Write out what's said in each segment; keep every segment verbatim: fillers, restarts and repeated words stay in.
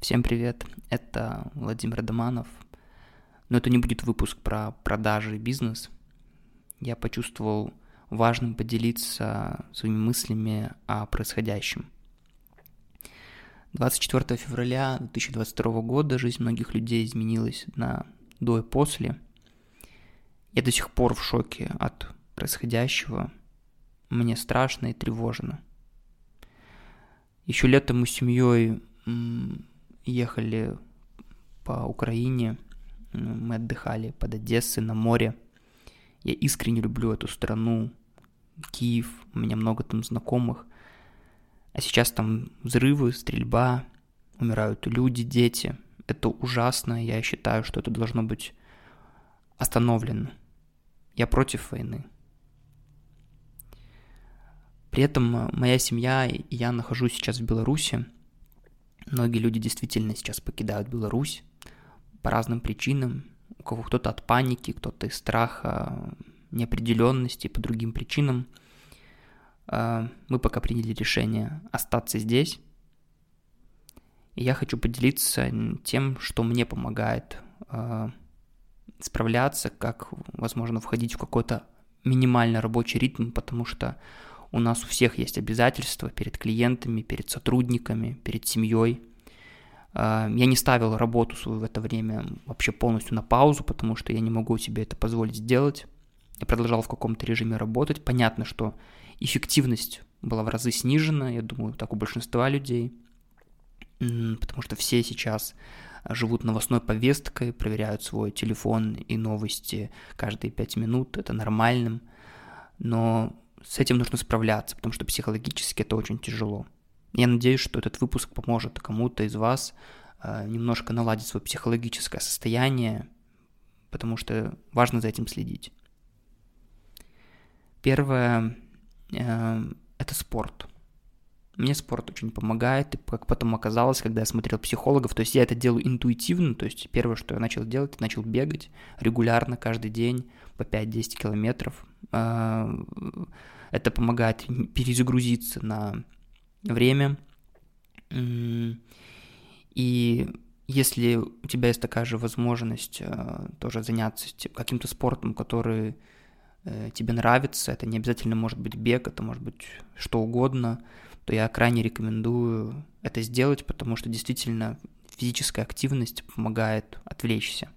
Всем привет, это Владимир Доманов, но это не будет выпуск про продажи и бизнес. Я почувствовал важным поделиться своими мыслями о происходящем. двадцать четвёртого февраля две тысячи двадцать второго года жизнь многих людей изменилась на до и после. Я до сих пор в шоке от происходящего, мне страшно и тревожно. Еще летом мы с семьей ехали по Украине, мы отдыхали под Одессой на море. Я искренне люблю эту страну, Киев, у меня много там знакомых. А сейчас там взрывы, стрельба, умирают люди, дети. Это ужасно, я считаю, что это должно быть остановлено. Я против войны. При этом моя семья и я нахожусь сейчас в Беларуси. Многие люди действительно сейчас покидают Беларусь по разным причинам. У кого кто-то от паники, кто-то из страха, неопределенности, по другим причинам. Мы пока приняли решение остаться здесь. И я хочу поделиться тем, что мне помогает справляться, как, возможно, входить в какой-то минимально рабочий ритм, потому что у нас у всех есть обязательства перед клиентами, перед сотрудниками, перед семьей. Я не ставил работу свою в это время вообще полностью на паузу, потому что я не могу себе это позволить сделать. Я продолжал в каком-то режиме работать. Понятно, что эффективность была в разы снижена, я думаю, так у большинства людей, потому что все сейчас живут новостной повесткой, проверяют свой телефон и новости каждые пять минут, это нормально, но с этим нужно справляться, потому что психологически это очень тяжело. Я надеюсь, что этот выпуск поможет кому-то из вас немножко наладить свое психологическое состояние, потому что важно за этим следить. Первое – это спорт. Мне спорт очень помогает, и как потом оказалось, когда я смотрел психологов, то есть я это делаю интуитивно, то есть первое, что я начал делать, я начал бегать регулярно, каждый день по пять-десять километров. Это помогает перезагрузиться на время. И если у тебя есть такая же возможность тоже заняться каким-то спортом, который тебе нравится, это не обязательно может быть бег, это может быть что угодно, то я крайне рекомендую это сделать, потому что действительно физическая активность помогает отвлечься.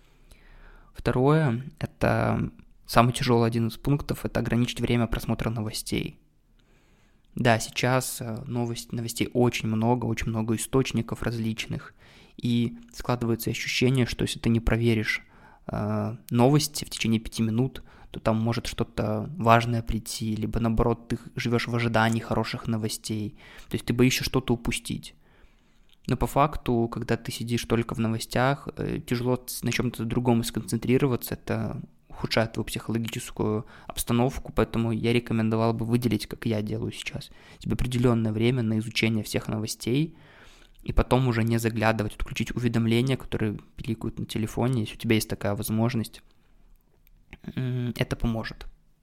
Второе, это самый тяжелый один из пунктов, это ограничить время просмотра новостей. Да, сейчас новость, новостей очень много, очень много источников различных, и складывается ощущение, что если ты не проверишь э, новости в течение пяти минут, то там может что-то важное прийти, либо наоборот ты живешь в ожидании хороших новостей, то есть ты боишься что-то упустить. Но по факту, когда ты сидишь только в новостях, тяжело на чем-то другом сконцентрироваться, это ухудшает твою психологическую обстановку, поэтому я рекомендовал бы выделить, как я делаю сейчас, тебе определенное время на изучение всех новостей, и потом уже не заглядывать, отключить уведомления, которые пиликают на телефоне, если у тебя есть такая возможность. Это поможет.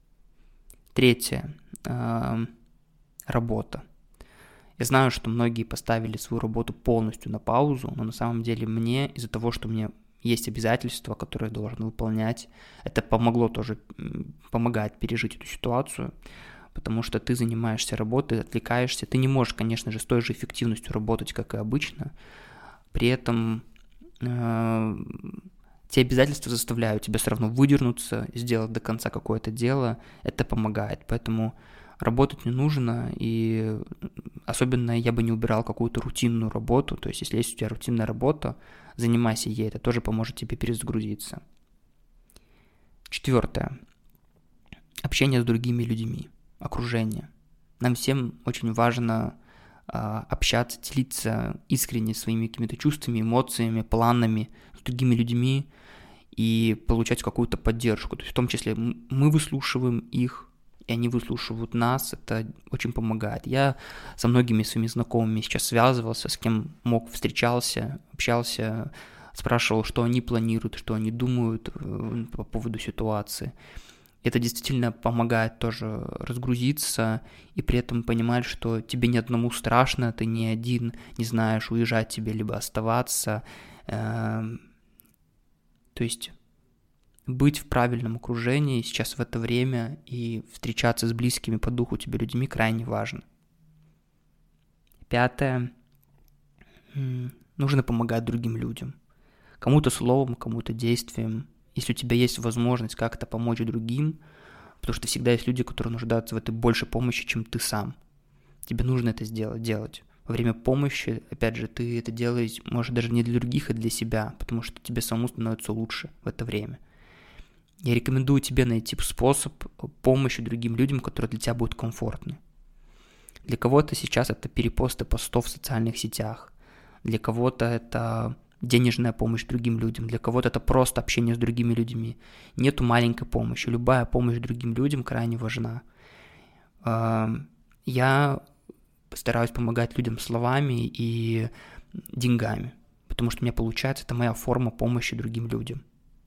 Третье. Работа. Я знаю, что многие поставили свою работу полностью на паузу, но на самом деле мне из-за того, что мне есть обязательства, которые я должен выполнять, это помогло тоже, помогает пережить эту ситуацию, потому что ты занимаешься работой, отвлекаешься. Ты не можешь, конечно же, с той же эффективностью работать, как и обычно. При этом э, те обязательства заставляют тебя все равно выдернуться, сделать до конца какое-то дело. Это помогает. Поэтому работать не нужно, и особенно я бы не убирал какую-то рутинную работу. То есть, если есть у тебя рутинная работа, занимайся ей, это тоже поможет тебе перезагрузиться. Четвертое. Общение с другими людьми, окружение. Нам всем очень важно а, общаться, делиться искренне своими какими-то чувствами, эмоциями, планами с другими людьми и получать какую-то поддержку. То есть в том числе мы выслушиваем их, и они выслушивают нас, это очень помогает. Я со многими своими знакомыми сейчас связывался, с кем мог, встречался, общался, спрашивал, что они планируют, что они думают по поводу ситуации. Это действительно помогает тоже разгрузиться и при этом понимать, что тебе ни одному страшно, ты не один, не знаешь, уезжать тебе либо оставаться. То есть быть в правильном окружении сейчас в это время и встречаться с близкими по духу тебе людьми крайне важно. Пятое. Нужно помогать другим людям. Кому-то словом, кому-то действием. Если у тебя есть возможность как-то помочь другим, потому что всегда есть люди, которые нуждаются в этой большей помощи, чем ты сам. Тебе нужно это сделать, делать. Во время помощи, опять же, ты это делаешь, может, даже не для других, а для себя, потому что тебе самому становится лучше в это время. Я рекомендую тебе найти способ помощи другим людям, которые для тебя будут комфортны. Для кого-то сейчас это перепосты постов в социальных сетях, для кого-то это денежная помощь другим людям, для кого-то это просто общение с другими людьми. Нету маленькой помощи, любая помощь другим людям крайне важна. Я стараюсь помогать людям словами и деньгами, потому что у меня получается, это моя форма помощи другим людям.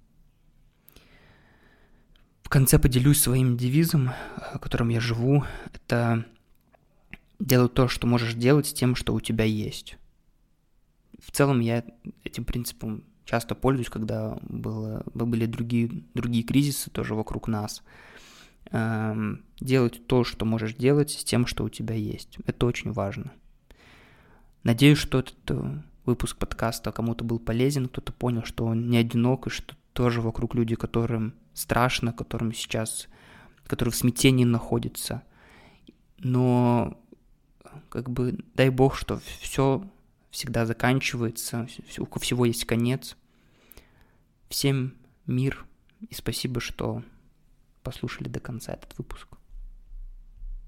В конце поделюсь своим девизом, которым я живу. Это делай то, что можешь делать с тем, что у тебя есть. В целом я этим принципом часто пользуюсь, когда было, были другие, другие кризисы тоже вокруг нас. Эм, делать то, что можешь делать с тем, что у тебя есть. Это очень важно. Надеюсь, что этот выпуск подкаста кому-то был полезен, кто-то понял, что он не одинок, и что тоже вокруг люди, которым страшно, которым сейчас, которые в смятении находятся. Но как бы дай бог, что все всегда заканчивается, у всего есть конец. Всем мир и спасибо, что послушали до конца этот выпуск.